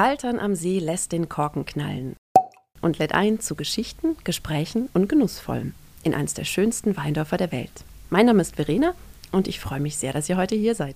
Kaltern am See lässt den Korken knallen und lädt ein zu Geschichten, Gesprächen und Genussvollem in eines der schönsten Weindörfer der Welt. Mein Name ist Verena und ich freue mich sehr, dass ihr heute hier seid.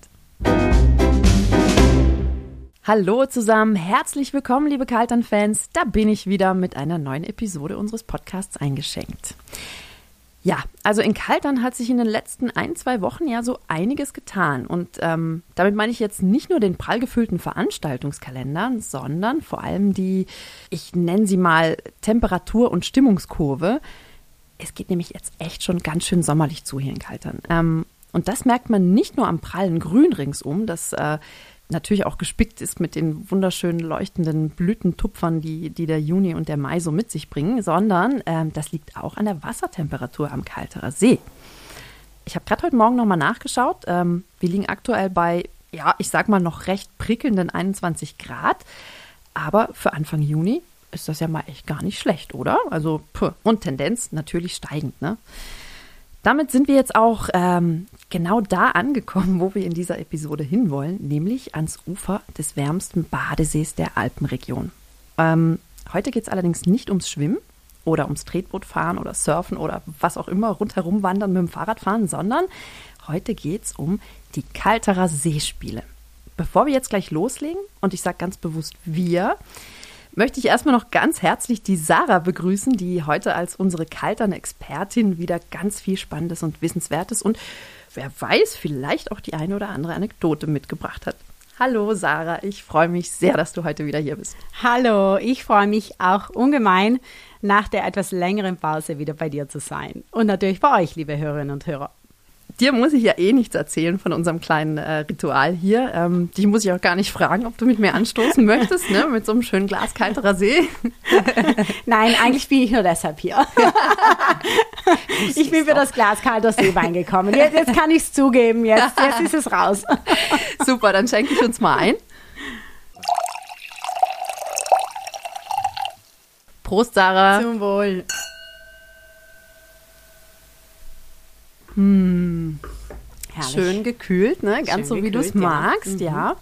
Hallo zusammen, herzlich willkommen, liebe Kaltern-Fans. Da bin ich wieder mit einer neuen Episode unseres Podcasts eingeschenkt. Ja, also in Kaltern hat sich in den letzten 1-2 Wochen ja so einiges getan. Und damit meine ich jetzt nicht nur den prall gefüllten Veranstaltungskalender, sondern vor allem die, ich nenne sie mal Temperatur- und Stimmungskurve. Es geht nämlich jetzt echt schon ganz schön sommerlich zu hier in Kaltern. Und das merkt man nicht nur am prallen Grün ringsum, das natürlich auch gespickt ist mit den wunderschönen leuchtenden Blütentupfern, die der Juni und der Mai so mit sich bringen, sondern das liegt auch an der Wassertemperatur am Kalterer See. Ich habe gerade heute Morgen nochmal nachgeschaut. Wir liegen aktuell bei, ja, ich sag mal noch recht prickelnden 21 Grad. Aber für Anfang Juni ist das ja mal echt gar nicht schlecht, oder? Also, und Tendenz natürlich steigend, ne? Damit sind wir jetzt auch genau da angekommen, wo wir in dieser Episode hinwollen, nämlich ans Ufer des wärmsten Badesees der Alpenregion. Heute geht es allerdings nicht ums Schwimmen oder ums Tretbootfahren oder Surfen oder was auch immer, rundherum wandern mit dem Fahrradfahren, sondern heute geht es um die Kalterer Seespiele. Bevor wir jetzt gleich loslegen, und ich sage ganz bewusst wir, möchte ich erstmal noch ganz herzlich die Sarah begrüßen, die heute als unsere Kaltern-Expertin wieder ganz viel Spannendes und Wissenswertes und wer weiß, vielleicht auch die eine oder andere Anekdote mitgebracht hat. Hallo Sarah, ich freue mich sehr, dass du heute wieder hier bist. Hallo, ich freue mich auch ungemein, nach der etwas längeren Pause wieder bei dir zu sein. Und natürlich bei euch, liebe Hörerinnen und Hörer. Dir muss ich ja eh nichts erzählen von unserem kleinen Ritual hier. Dich muss ich auch gar nicht fragen, ob du mit mir anstoßen möchtest, ne? Mit so einem schönen Glas Kalterer See. Nein, eigentlich bin ich nur deshalb hier. Ich bin für das Glas kalter Seewein gekommen. Jetzt kann ich es zugeben, jetzt ist es raus. Super, dann schenke ich uns mal ein. Prost, Sarah. Zum Wohl. Schön gekühlt, ne? Ganz so, wie du es magst, ja.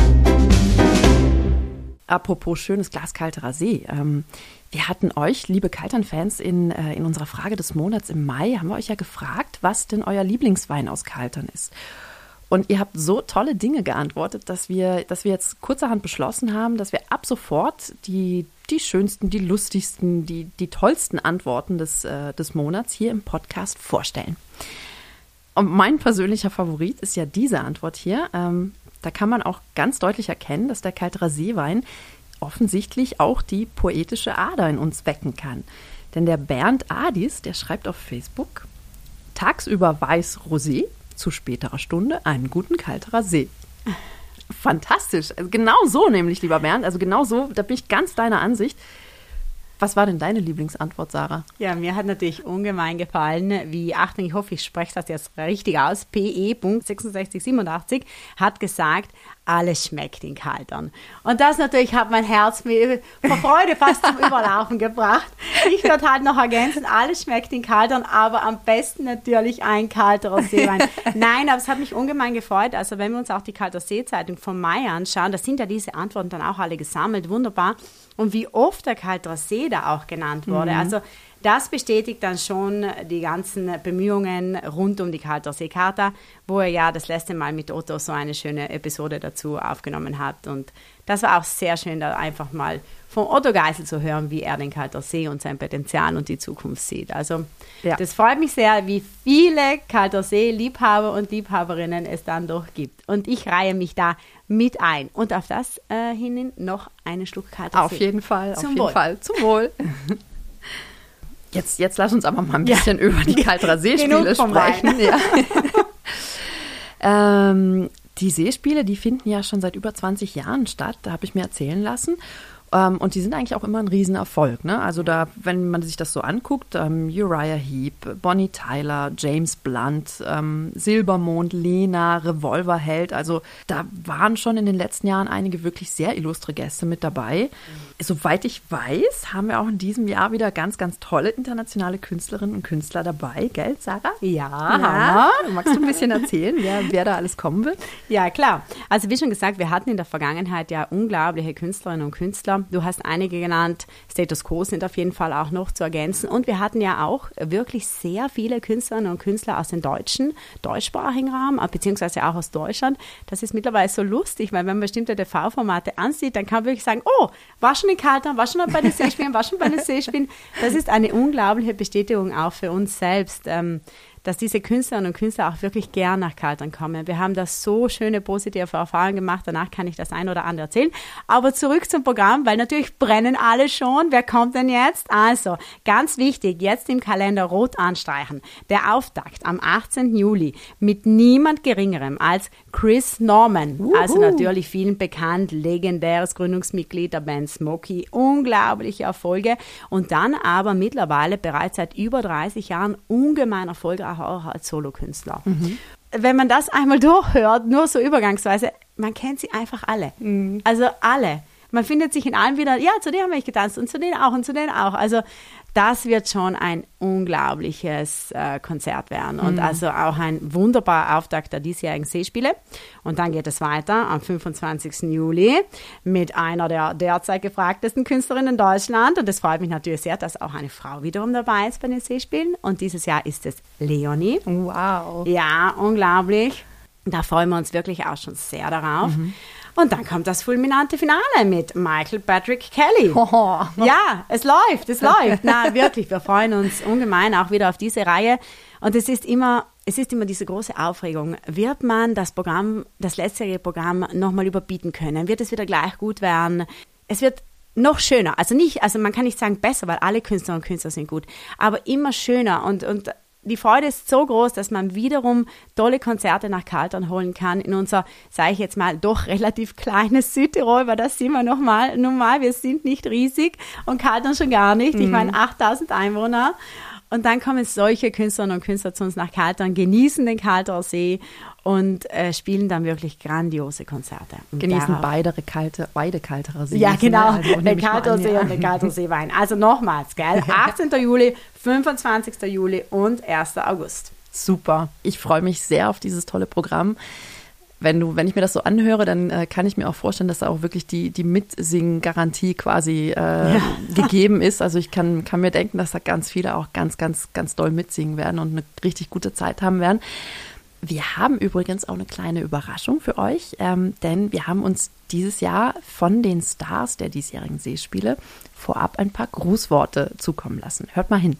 Apropos schönes Glas Kalterer See. Wir hatten euch, liebe Kaltern-Fans, in unserer Frage des Monats im Mai, haben wir euch ja gefragt, was denn euer Lieblingswein aus Kaltern ist. Und ihr habt so tolle Dinge geantwortet, dass wir jetzt kurzerhand beschlossen haben, dass wir ab sofort die schönsten, die lustigsten, die tollsten Antworten des Monats hier im Podcast vorstellen. Und mein persönlicher Favorit ist ja diese Antwort hier. Da kann man auch ganz deutlich erkennen, dass der Kalterer Seewein offensichtlich auch die poetische Ader in uns wecken kann. Denn der Bernd Adis, der schreibt auf Facebook, tagsüber weiß Rosé, zu späterer Stunde einen guten Kalterer See. Fantastisch. Also genau so nämlich, lieber Bernd. Also genau so, da bin ich ganz deiner Ansicht. Was war denn deine Lieblingsantwort, Sarah? Ja, mir hat natürlich ungemein gefallen, wie, Achtung, ich hoffe, ich spreche das jetzt richtig aus, PE.6687 hat gesagt, alles schmeckt in Kaltern. Und das natürlich hat mein Herz mir vor Freude fast zum Überlaufen gebracht. Ich würde halt noch ergänzen, alles schmeckt in Kaltern, aber am besten natürlich ein kalterer Seewein. Nein, aber es hat mich ungemein gefreut. Also wenn wir uns auch die Kalter See-Zeitung vom Mai anschauen, da sind ja diese Antworten dann auch alle gesammelt, wunderbar. Und wie oft der Kalterer See da auch genannt wurde. Also das bestätigt dann schon die ganzen Bemühungen rund um die Kalterer See-Charta, wo er ja das letzte Mal mit Otto so eine schöne Episode dazu aufgenommen hat. Und das war auch sehr schön, da einfach mal von Otto Geisel zu hören, wie er den Kalterer See und sein Potenzial und die Zukunft sieht. Also Das freut mich sehr, wie viele Kalterer See-Liebhaber und Liebhaberinnen es dann doch gibt. Und ich reihe mich da mit ein. Und auf das hin noch einen Schluck Kalterer See. Auf jeden Fall, Zum Wohl. Jetzt lass uns aber mal ein bisschen über die Kalterer Seespiele sprechen. Ja. Die Seespiele, die finden ja schon seit über 20 Jahren statt, da habe ich mir erzählen lassen. Und die sind eigentlich auch immer ein Riesenerfolg, ne? Also da, wenn man sich das so anguckt, Uriah Heep, Bonnie Tyler, James Blunt, Silbermond, Lena, Revolverheld, also da waren schon in den letzten Jahren einige wirklich sehr illustre Gäste mit dabei. Soweit ich weiß, haben wir auch in diesem Jahr wieder ganz, ganz tolle internationale Künstlerinnen und Künstler dabei, gell, Sarah? Ja. Magst du ein bisschen erzählen, wer da alles kommen wird? Ja, klar. Also wie schon gesagt, wir hatten in der Vergangenheit ja unglaubliche Künstlerinnen und Künstler. Du hast einige genannt, Status Quo sind auf jeden Fall auch noch zu ergänzen. Und wir hatten ja auch wirklich sehr viele Künstlerinnen und Künstler aus dem deutschsprachigen Raum, beziehungsweise auch aus Deutschland. Das ist mittlerweile so lustig, weil wenn man bestimmte TV-Formate ansieht, dann kann man wirklich sagen, oh, war schon in Kaltern, war schon bei den Seespielen, war schon bei den Seespielen. Das ist eine unglaubliche Bestätigung auch für uns selbst, dass diese Künstlerinnen und Künstler auch wirklich gern nach Kaltern kommen. Wir haben da so schöne positive Erfahrungen gemacht, danach kann ich das ein oder andere erzählen. Aber zurück zum Programm, weil natürlich brennen alle schon. Wer kommt denn jetzt? Also, ganz wichtig, jetzt im Kalender rot anstreichen. Der Auftakt am 18. Juli mit niemand Geringerem als Chris Norman. Also natürlich vielen bekannt, legendäres Gründungsmitglied der Band Smokey, unglaubliche Erfolge und dann aber mittlerweile bereits seit über 30 Jahren ungemein erfolgreich auch als Solokünstler. Wenn man das einmal durchhört, nur so übergangsweise, man kennt sie einfach alle. Also alle. Man findet sich in allen wieder, ja, zu denen habe ich getanzt und zu denen auch und zu denen auch. Also das wird schon ein unglaubliches Konzert werden und also auch ein wunderbarer Auftakt der diesjährigen Seespiele. Und dann geht es weiter am 25. Juli mit einer der derzeit gefragtesten Künstlerinnen in Deutschland. Und es freut mich natürlich sehr, dass auch eine Frau wiederum dabei ist bei den Seespielen. Und dieses Jahr ist es Leonie. Wow. Ja, unglaublich. Da freuen wir uns wirklich auch schon sehr darauf. Und dann kommt das fulminante Finale mit Michael Patrick Kelly. Oh. Ja, es läuft. Na, wirklich, wir freuen uns ungemein auch wieder auf diese Reihe. Und es ist immer diese große Aufregung. Wird man das letztjährige Programm nochmal überbieten können? Wird es wieder gleich gut werden? Es wird noch schöner. Also man kann nicht sagen besser, weil alle Künstlerinnen und Künstler sind gut, aber immer schöner und die Freude ist so groß, dass man wiederum tolle Konzerte nach Kaltern holen kann in unser, sage ich jetzt mal, doch relativ kleines Südtirol, weil das sind wir normal, wir sind nicht riesig und Kaltern schon gar nicht. Ich meine 8000 Einwohner. Und dann kommen solche Künstlerinnen und Künstler zu uns nach Kaltern, genießen den Kalterer See und spielen dann wirklich grandiose Konzerte. Und genießen beide Kalterer See. Ja, genau, Also, den Kalterer See und den Kalterer Seewein. Also nochmals, gell? 18. Juli, 25. Juli und 1. August. Super. Ich freue mich sehr auf dieses tolle Programm. Wenn ich mir das so anhöre, dann kann ich mir auch vorstellen, dass da auch wirklich die Mitsingen-Garantie quasi gegeben ist. Also ich kann mir denken, dass da ganz viele auch ganz, ganz, ganz doll mitsingen werden und eine richtig gute Zeit haben werden. Wir haben übrigens auch eine kleine Überraschung für euch, denn wir haben uns dieses Jahr von den Stars der diesjährigen Seespiele vorab ein paar Grußworte zukommen lassen. Hört mal hin.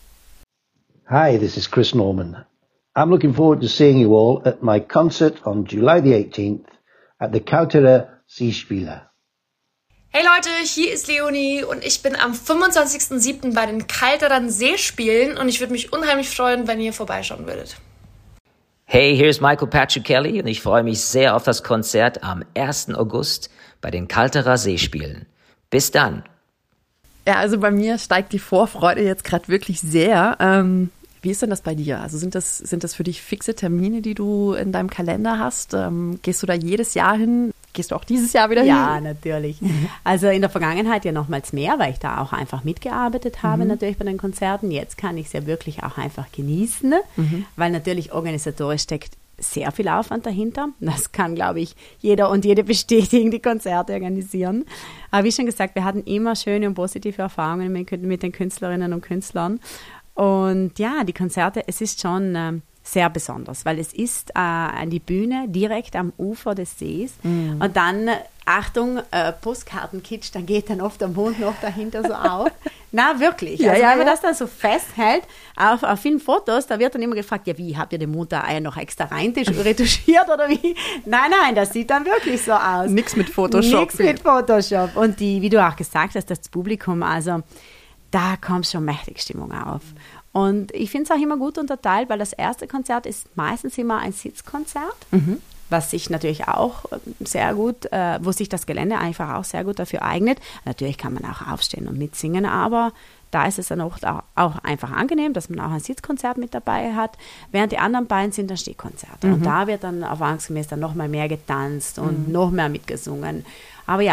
Hi, this is Chris Norman. I'm looking forward to seeing you all at my concert on July the 18th at the Kauterer Seespiele. Hey Leute, hier ist Leonie und ich bin am 25.07. bei den Kalterern Seespielen und ich würde mich unheimlich freuen, wenn ihr vorbeischauen würdet. Hey, hier ist Michael Patrick Kelly und ich freue mich sehr auf das Konzert am 1. August bei den Kalterer Seespielen. Bis dann. Ja, also bei mir steigt die Vorfreude jetzt gerade wirklich sehr. Wie ist denn das bei dir? Also sind das für dich fixe Termine, die du in deinem Kalender hast? Gehst du da jedes Jahr hin? Gehst du auch dieses Jahr wieder hin? Ja, natürlich. Also in der Vergangenheit ja nochmals mehr, weil ich da auch einfach mitgearbeitet habe natürlich bei den Konzerten. Jetzt kann ich es ja wirklich auch einfach genießen, weil natürlich organisatorisch steckt sehr viel Aufwand dahinter. Das kann, glaube ich, jeder und jede bestätigen, die Konzerte organisieren. Aber wie schon gesagt, wir hatten immer schöne und positive Erfahrungen mit den Künstlerinnen und Künstlern. Und ja, die Konzerte, es ist schon sehr besonders, weil es ist an die Bühne direkt am Ufer des Sees und dann, Achtung, Postkartenkitsch, dann geht dann oft der Mond noch dahinter so auf. Na, wirklich. Also wenn man das dann so festhält, auf vielen Fotos, da wird dann immer gefragt, ja, wie, habt ihr den Mond da noch extra rein retuschiert oder wie? Nein, das sieht dann wirklich so aus. Nix mit Photoshop. Und wie du auch gesagt hast, das Publikum, also da kommt schon mächtig Stimmung auf. Und ich finde es auch immer gut unterteilt, weil das erste Konzert ist meistens immer ein Sitzkonzert, was sich natürlich auch sehr gut, wo sich das Gelände einfach auch sehr gut dafür eignet. Natürlich kann man auch aufstehen und mitsingen, aber da ist es dann auch einfach angenehm, dass man auch ein Sitzkonzert mit dabei hat, während die anderen beiden sind dann Stehkonzerte. Und da wird dann erfahrungsgemäß dann noch mal mehr getanzt und noch mehr mitgesungen. Aber ja,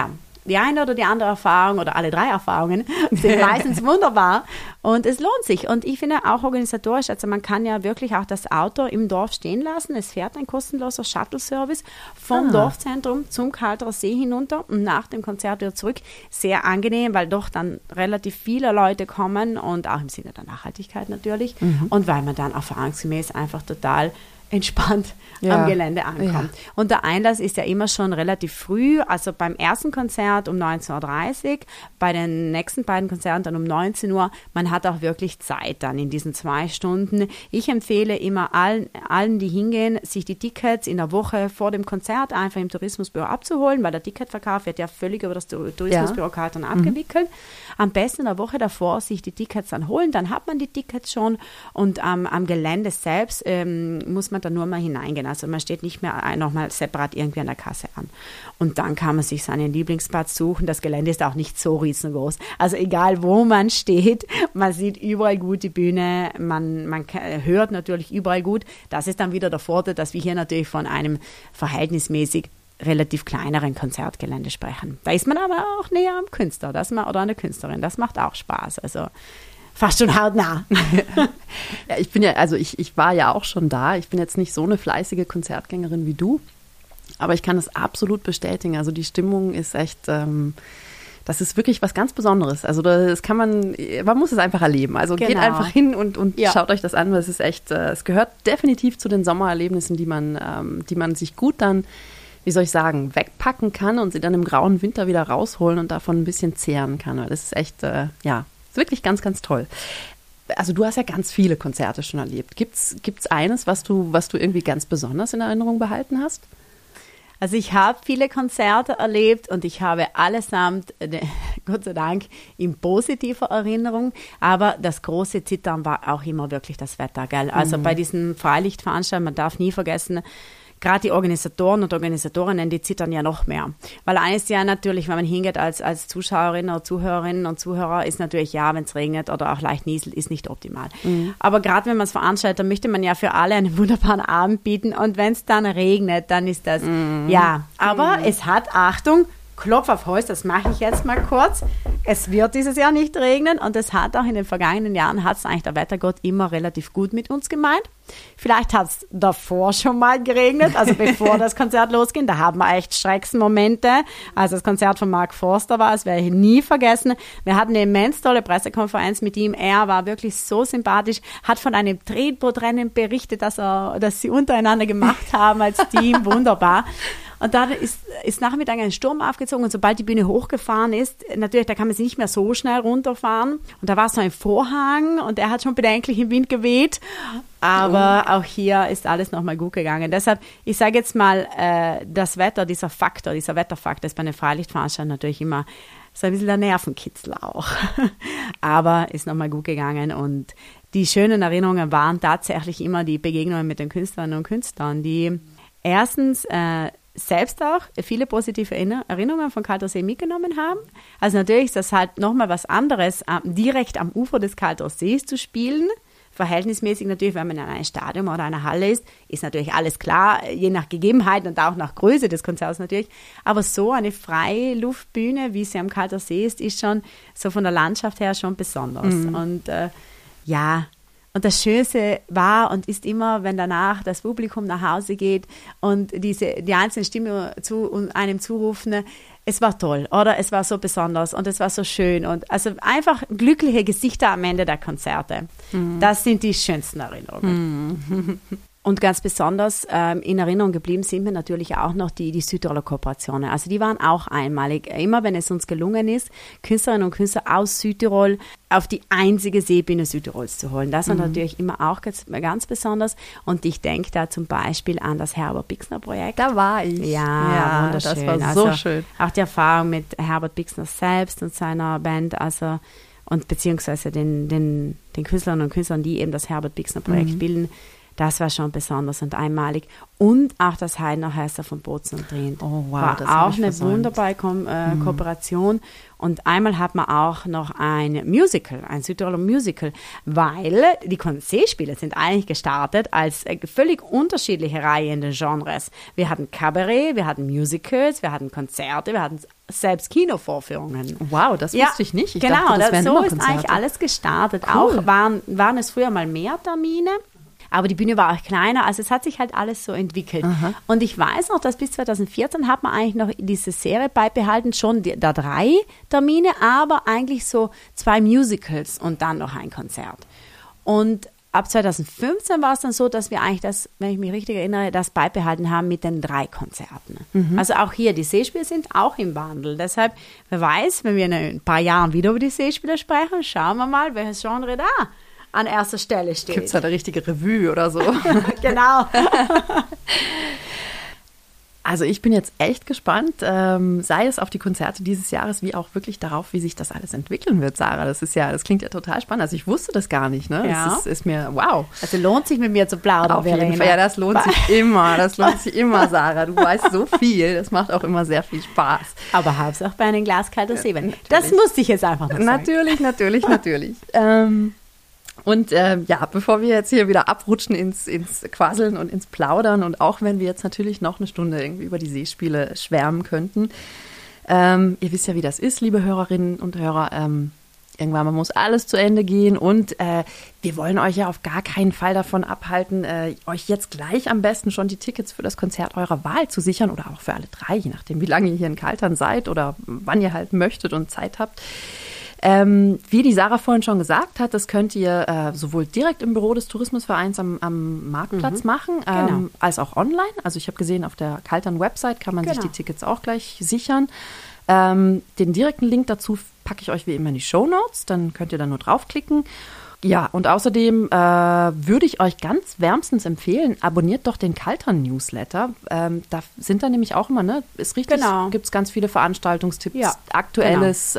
die eine oder die andere Erfahrung oder alle 3 Erfahrungen sind meistens wunderbar und es lohnt sich. Und ich finde auch organisatorisch, also man kann ja wirklich auch das Auto im Dorf stehen lassen. Es fährt ein kostenloser Shuttle-Service vom Dorfzentrum zum Kalterer See hinunter und nach dem Konzert wieder zurück. Sehr angenehm, weil doch dann relativ viele Leute kommen und auch im Sinne der Nachhaltigkeit natürlich und weil man dann erfahrungsgemäß einfach total entspannt am Gelände ankommt. Ja. Und der Einlass ist ja immer schon relativ früh, also beim ersten Konzert um 19.30 Uhr, bei den nächsten beiden Konzerten dann um 19 Uhr. Man hat auch wirklich Zeit dann in diesen 2 Stunden. Ich empfehle immer allen, die hingehen, sich die Tickets in der Woche vor dem Konzert einfach im Tourismusbüro abzuholen, weil der Ticketverkauf wird ja völlig über das Tourismusbüro Kaltern abgewickelt. Am besten in der Woche davor sich die Tickets dann holen, dann hat man die Tickets schon und am Gelände selbst muss man dann nur mal hineingehen. Also man steht nicht mehr nochmal separat irgendwie an der Kasse an. Und dann kann man sich seinen Lieblingsplatz suchen. Das Gelände ist auch nicht so riesengroß. Also egal, wo man steht, man sieht überall gut die Bühne, man hört natürlich überall gut. Das ist dann wieder der Vorteil, dass wir hier natürlich von einem verhältnismäßig relativ kleineren Konzertgelände sprechen. Da ist man aber auch näher am Künstler oder an der Künstlerin. Das macht auch Spaß. Also fast schon hautnah. Ja, ich war ja auch schon da. Ich bin jetzt nicht so eine fleißige Konzertgängerin wie du, aber ich kann das absolut bestätigen. Also die Stimmung ist echt, das ist wirklich was ganz Besonderes. Also das kann man muss es einfach erleben. Also geht einfach hin und schaut euch das an, weil es ist echt, es gehört definitiv zu den Sommererlebnissen, die man sich gut dann, wie soll ich sagen, wegpacken kann und sie dann im grauen Winter wieder rausholen und davon ein bisschen zehren kann. Weil das ist echt, wirklich ganz, ganz toll. Also du hast ja ganz viele Konzerte schon erlebt. Gibt's eines, was du irgendwie ganz besonders in Erinnerung behalten hast? Also ich habe viele Konzerte erlebt und ich habe allesamt, Gott sei Dank, in positiver Erinnerung. Aber das große Zittern war auch immer wirklich das Wetter, gell? Also bei diesen Freilichtveranstaltungen, man darf nie vergessen, gerade die Organisatoren und Organisatorinnen, die zittern ja noch mehr. Weil eines ja natürlich, wenn man hingeht als Zuschauerin oder Zuhörerinnen und Zuhörer, ist natürlich, wenn es regnet oder auch leicht nieselt, ist nicht optimal. Aber gerade wenn man es veranstaltet, dann möchte man ja für alle einen wunderbaren Abend bieten und wenn es dann regnet, dann ist das, aber es hat, Achtung, Klopf auf Holz, das mache ich jetzt mal kurz. Es wird dieses Jahr nicht regnen und es hat auch in den vergangenen Jahren, hat es eigentlich der Wettergott immer relativ gut mit uns gemeint. Vielleicht hat es davor schon mal geregnet, also bevor das Konzert losging, da haben wir echt Schrecksmomente. Also das Konzert von Mark Forster war, das werde ich nie vergessen. Wir hatten eine immens tolle Pressekonferenz mit ihm. Er war wirklich so sympathisch, hat von einem Tretbootrennen berichtet, das sie untereinander gemacht haben als Team, wunderbar. Und dann ist Nachmittag ein Sturm aufgezogen und sobald die Bühne hochgefahren ist, natürlich, da kann man sie nicht mehr so schnell runterfahren. Und da war so ein Vorhang und er hat schon bedenklich im Wind geweht. Aber auch hier ist alles nochmal gut gegangen. Deshalb, ich sage jetzt mal, das Wetter, dieser Wetterfaktor ist bei den Freilichtveranstaltungen natürlich immer so ein bisschen der Nervenkitzel auch. Aber ist nochmal gut gegangen und die schönen Erinnerungen waren tatsächlich immer die Begegnungen mit den Künstlerinnen und Künstlern, die erstens selbst auch viele positive Erinnerungen von Kalterer See mitgenommen haben. Also natürlich ist das halt nochmal was anderes, direkt am Ufer des Kalterer Sees zu spielen. Verhältnismäßig natürlich, wenn man in einem Stadion oder einer Halle ist natürlich alles klar, je nach Gegebenheiten und auch nach Größe des Konzerts natürlich. Aber so eine Freiluftbühne, wie sie am Kalterer See ist schon so von der Landschaft her schon besonders. Und und das Schönste war und ist immer, wenn danach das Publikum nach Hause geht und die einzelnen Stimmen zu einem zurufen, es war toll oder es war so besonders und es war so schön. Und also einfach glückliche Gesichter am Ende der Konzerte. Das sind die schönsten Erinnerungen. Und ganz besonders in Erinnerung geblieben sind mir natürlich auch noch die Südtiroler Kooperationen. Also die waren auch einmalig. Immer wenn es uns gelungen ist, Künstlerinnen und Künstler aus Südtirol auf die einzige Seebühne Südtirols zu holen. Das war natürlich immer auch ganz besonders. Und ich denke da zum Beispiel an das Herbert-Bixner-Projekt. Da war ich. Ja, wunderschön. Das war so schön. Auch die Erfahrung mit Herbert Bixner selbst und seiner Band, und beziehungsweise den Künstlerinnen und Künstlern, die eben das Herbert-Bixner-Projekt bilden. Das war schon besonders und einmalig. Und auch das Heidenorchester von Bozen und Trient. Oh, wow, war das auch eine wunderbare Kooperation. Und einmal hat man auch noch ein Musical, ein Südtiroler Musical, weil die Seespiele sind eigentlich gestartet als völlig unterschiedliche Reihe in den Genres. Wir hatten Kabarett, wir hatten Musicals, wir hatten Konzerte, wir hatten selbst Kinovorführungen. Wow, das wusste ich nicht. Ich genau, dachte, das wären so immer ist Konzerte. eigentlich alles gestartet. Cool. Auch waren es früher mal mehr Termine. Aber die Bühne war auch kleiner, also es hat sich halt alles so entwickelt. Aha. Und ich weiß noch, dass bis 2014 hat man eigentlich noch diese Serie beibehalten, schon da 3 Termine, aber eigentlich so 2 Musicals und dann noch ein Konzert. Und ab 2015 war es dann so, dass wir eigentlich das, wenn ich mich richtig erinnere, das beibehalten haben mit den 3 Konzerten. Also auch hier, die Seespiele sind auch im Wandel. Deshalb, wer weiß, wenn wir in ein paar Jahren wieder über die Seespiele sprechen, schauen wir mal, welches Genre da an erster Stelle steht. Gibt es da eine richtige Revue oder so? Genau. Also ich bin jetzt echt gespannt, sei es auf die Konzerte dieses Jahres, wie auch wirklich darauf, wie sich das alles entwickeln wird, Sarah. Das klingt ja total spannend. Also ich wusste das gar nicht, ne? Ja. Das ist mir, wow. Also lohnt sich mit mir zu plaudern, Auf jeden Fall. Ja, das lohnt sich immer. Das lohnt sich immer, Sarah. Du weißt so viel. Das macht auch immer sehr viel Spaß. Aber Hauptsache bei einem Glas kalter Seewein. Das musste ich jetzt einfach noch sagen. Natürlich. Und bevor wir jetzt hier wieder abrutschen ins Quasseln und ins Plaudern und auch wenn wir jetzt natürlich noch eine Stunde irgendwie über die Seespiele schwärmen könnten, ihr wisst ja, wie das ist, liebe Hörerinnen und Hörer, irgendwann mal muss alles zu Ende gehen und wir wollen euch ja auf gar keinen Fall davon abhalten, euch jetzt gleich am besten schon die Tickets für das Konzert eurer Wahl zu sichern oder auch für alle 3, je nachdem, wie lange ihr hier in Kaltern seid oder wann ihr halt möchtet und Zeit habt. Wie die Sarah vorhin schon gesagt hat, das könnt ihr sowohl direkt im Büro des Tourismusvereins am Marktplatz machen, als auch online. Also ich habe gesehen, auf der Kaltern-Website kann man sich die Tickets auch gleich sichern. Den direkten Link dazu packe ich euch wie immer in die Shownotes, dann könnt ihr da nur draufklicken. Ja, und außerdem würde ich euch ganz wärmstens empfehlen, abonniert doch den Kaltern-Newsletter. Da sind dann nämlich auch immer, ne, ist richtig, gibt es ganz viele Veranstaltungstipps, aktuelles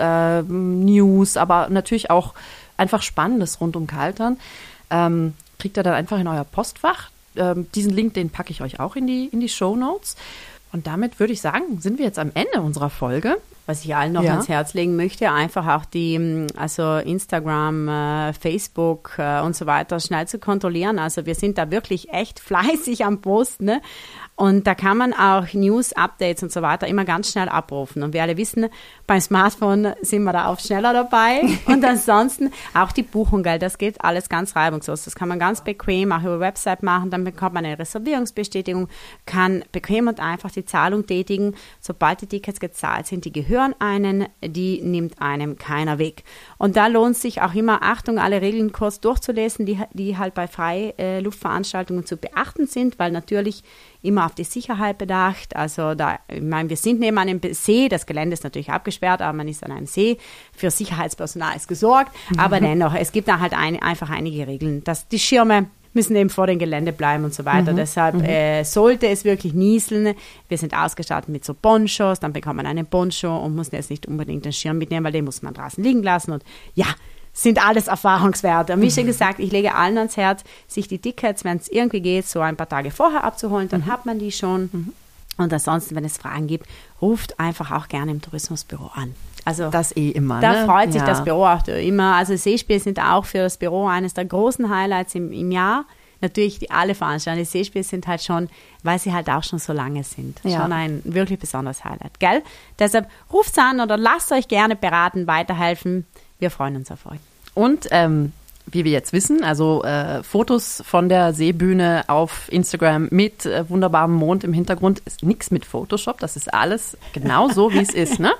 News, aber natürlich auch einfach Spannendes rund um Kaltern. Kriegt ihr dann einfach in euer Postfach. Diesen Link, den packe ich euch auch in die Shownotes. Und damit würde ich sagen, sind wir jetzt am Ende unserer Folge. Was ich allen noch ans Herz legen möchte, einfach auch also Instagram, Facebook und so weiter schnell zu kontrollieren. Also wir sind da wirklich echt fleißig am Posten, ne? Und da kann man auch News, Updates und so weiter immer ganz schnell abrufen. Und wir alle wissen, beim Smartphone sind wir da oft schneller dabei. Und ansonsten auch die Buchung, gell, das geht alles ganz reibungslos. Das kann man ganz bequem auch über Website machen. Dann bekommt man eine Reservierungsbestätigung, kann bequem und einfach die Zahlung tätigen. Sobald die Tickets gezahlt sind, die gehören einen, die nimmt einem keiner weg. Und da lohnt es sich auch immer, Achtung, alle Regeln kurz durchzulesen, die halt bei Freiluftveranstaltungen zu beachten sind, weil natürlich immer auf die Sicherheit bedacht. Also ich meine, wir sind neben einem See, das Gelände ist natürlich abgesperrt, aber man ist an einem See. Für Sicherheitspersonal ist gesorgt. Aber dennoch, es gibt da halt einfach einige Regeln, dass die Schirme müssen eben vor dem Gelände bleiben und so weiter. Deshalb sollte es wirklich nieseln. Wir sind ausgestattet mit so Ponchos, dann bekommt man einen Poncho und muss jetzt nicht unbedingt den Schirm mitnehmen, weil den muss man draußen liegen lassen. Und ja, sind alles Erfahrungswerte. Und wie schon gesagt, ich lege allen ans Herz, sich die Tickets, wenn es irgendwie geht, so ein paar Tage vorher abzuholen, dann hat man die schon. Und ansonsten, wenn es Fragen gibt, ruft einfach auch gerne im Tourismusbüro an. Also das immer. Da freut sich das Büro auch immer. Also Seespiele sind auch für das Büro eines der großen Highlights im Jahr. Natürlich alle Veranstaltungen. Die Seespiele sind halt schon, weil sie halt auch schon so lange sind, schon ein wirklich besonderes Highlight. Gell? Deshalb ruft's an oder lasst euch gerne beraten, weiterhelfen. Wir freuen uns auf euch. Und wie wir jetzt wissen, also Fotos von der Seebühne auf Instagram mit wunderbarem Mond im Hintergrund ist nichts mit Photoshop. Das ist alles genau so, wie es ist, ne?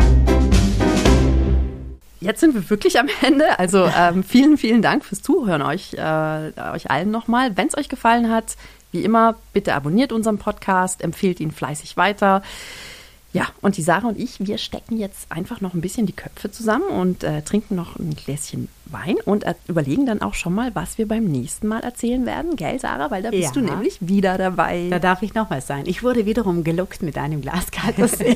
Jetzt sind wir wirklich am Ende. Also vielen, vielen Dank fürs Zuhören euch allen nochmal. Wenn es euch gefallen hat, wie immer, bitte abonniert unseren Podcast, empfehlt ihn fleißig weiter. Ja, und die Sarah und ich, wir stecken jetzt einfach noch ein bisschen die Köpfe zusammen und trinken noch ein Gläschen Wein und überlegen dann auch schon mal, was wir beim nächsten Mal erzählen werden, gell, Sarah? Weil da bist du nämlich wieder dabei. Da darf ich nochmal sein. Ich wurde wiederum gelockt mit einem Glas kalter See.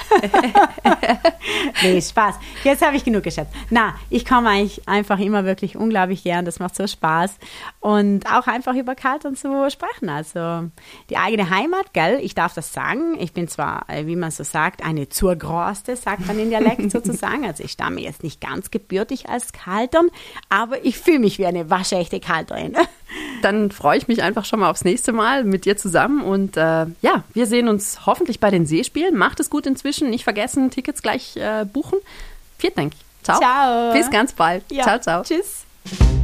Nee, Spaß. Jetzt habe ich genug geschätzt. Na, ich komme eigentlich einfach immer wirklich unglaublich gern. Das macht so Spaß. Und auch einfach über Kaltern zu sprechen. Also die eigene Heimat, gell? Ich darf das sagen. Ich bin zwar, wie man so sagt, eine Zurgroste, sagt man in Dialekt sozusagen. Also ich stamme jetzt nicht ganz gebürtig als Kaltern, aber ich fühle mich wie eine waschechte Kalterin. Dann freue ich mich einfach schon mal aufs nächste Mal mit dir zusammen und wir sehen uns hoffentlich bei den Seespielen. Macht es gut inzwischen, nicht vergessen, Tickets gleich buchen. Vielen Dank. Ciao. Ciao. Bis ganz bald. Ja. Ciao, ciao. Tschüss.